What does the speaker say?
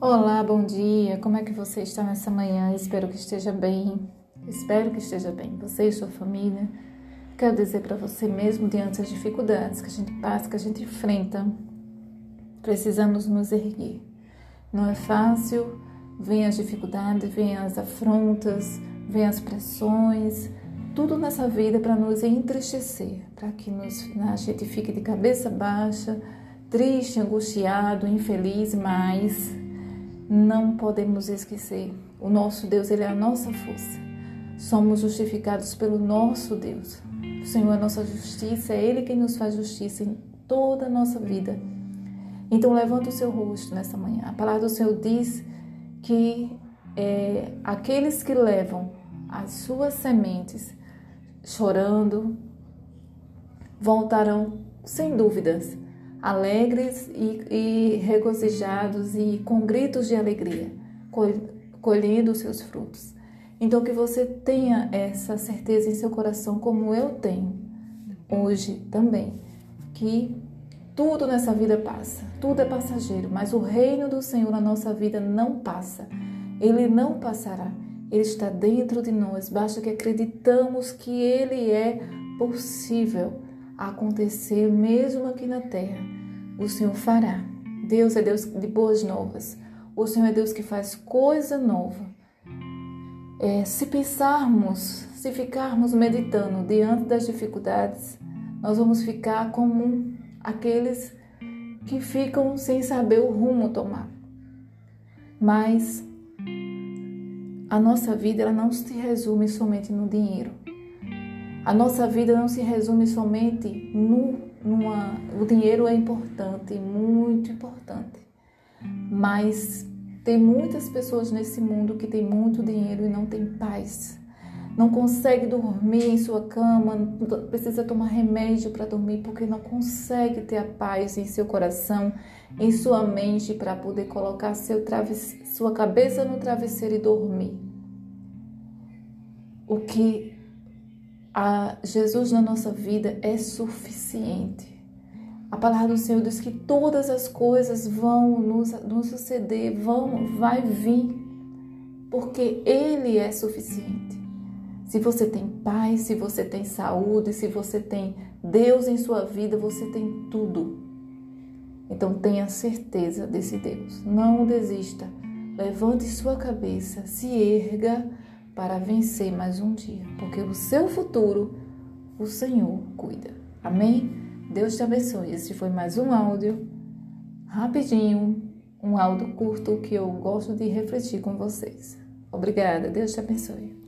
Olá, bom dia. Como é que você está nessa manhã? Espero que esteja bem. Espero que esteja bem. Você e sua família. Quero dizer para você mesmo, diante das dificuldades que a gente passa, que a gente enfrenta, precisamos nos erguer. Não é fácil. Vem as dificuldades, vem as afrontas, vem as pressões, tudo nessa vida para nos entristecer, para que a gente fique de cabeça baixa, triste, angustiado, infeliz, mas não podemos esquecer, o nosso Deus, Ele é a nossa força. Somos justificados pelo nosso Deus. O Senhor é a nossa justiça, é Ele quem nos faz justiça em toda a nossa vida. Então levanta o seu rosto nessa manhã. A palavra do Senhor diz que aqueles que levam as suas sementes chorando voltarão sem dúvidas alegres e regozijados e com gritos de alegria, colhendo os seus frutos. Então que você tenha essa certeza em seu coração, como eu tenho hoje também, que tudo nessa vida passa, tudo é passageiro, mas o reino do Senhor na nossa vida não passa, Ele não passará, Ele está dentro de nós, basta que acreditamos que Ele é possível acontecer mesmo aqui na terra. O Senhor fará. Deus é Deus de boas novas. O Senhor é Deus que faz coisa nova. Se ficarmos meditando diante das dificuldades, nós vamos ficar como aqueles que ficam sem saber o rumo tomar. Mas a nossa vida ela não se resume somente no dinheiro. A nossa vida não se resume somente o dinheiro é importante, muito importante. Mas tem muitas pessoas nesse mundo que têm muito dinheiro e não têm paz. Não consegue dormir em sua cama, precisa tomar remédio para dormir porque não consegue ter a paz em seu coração, em sua mente para poder colocar sua cabeça no travesseiro e dormir. O que Jesus na nossa vida é suficiente. A palavra do Senhor diz que todas as coisas vão nos suceder, vai vir, porque Ele é suficiente. Se você tem paz, se você tem saúde, se você tem Deus em sua vida, você tem tudo. Então tenha certeza desse Deus. Não desista. Levante sua cabeça, se erga para vencer mais um dia, porque o seu futuro, o Senhor cuida. Amém? Deus te abençoe. Esse foi mais um áudio, rapidinho, um áudio curto que eu gosto de refletir com vocês. Obrigada, Deus te abençoe.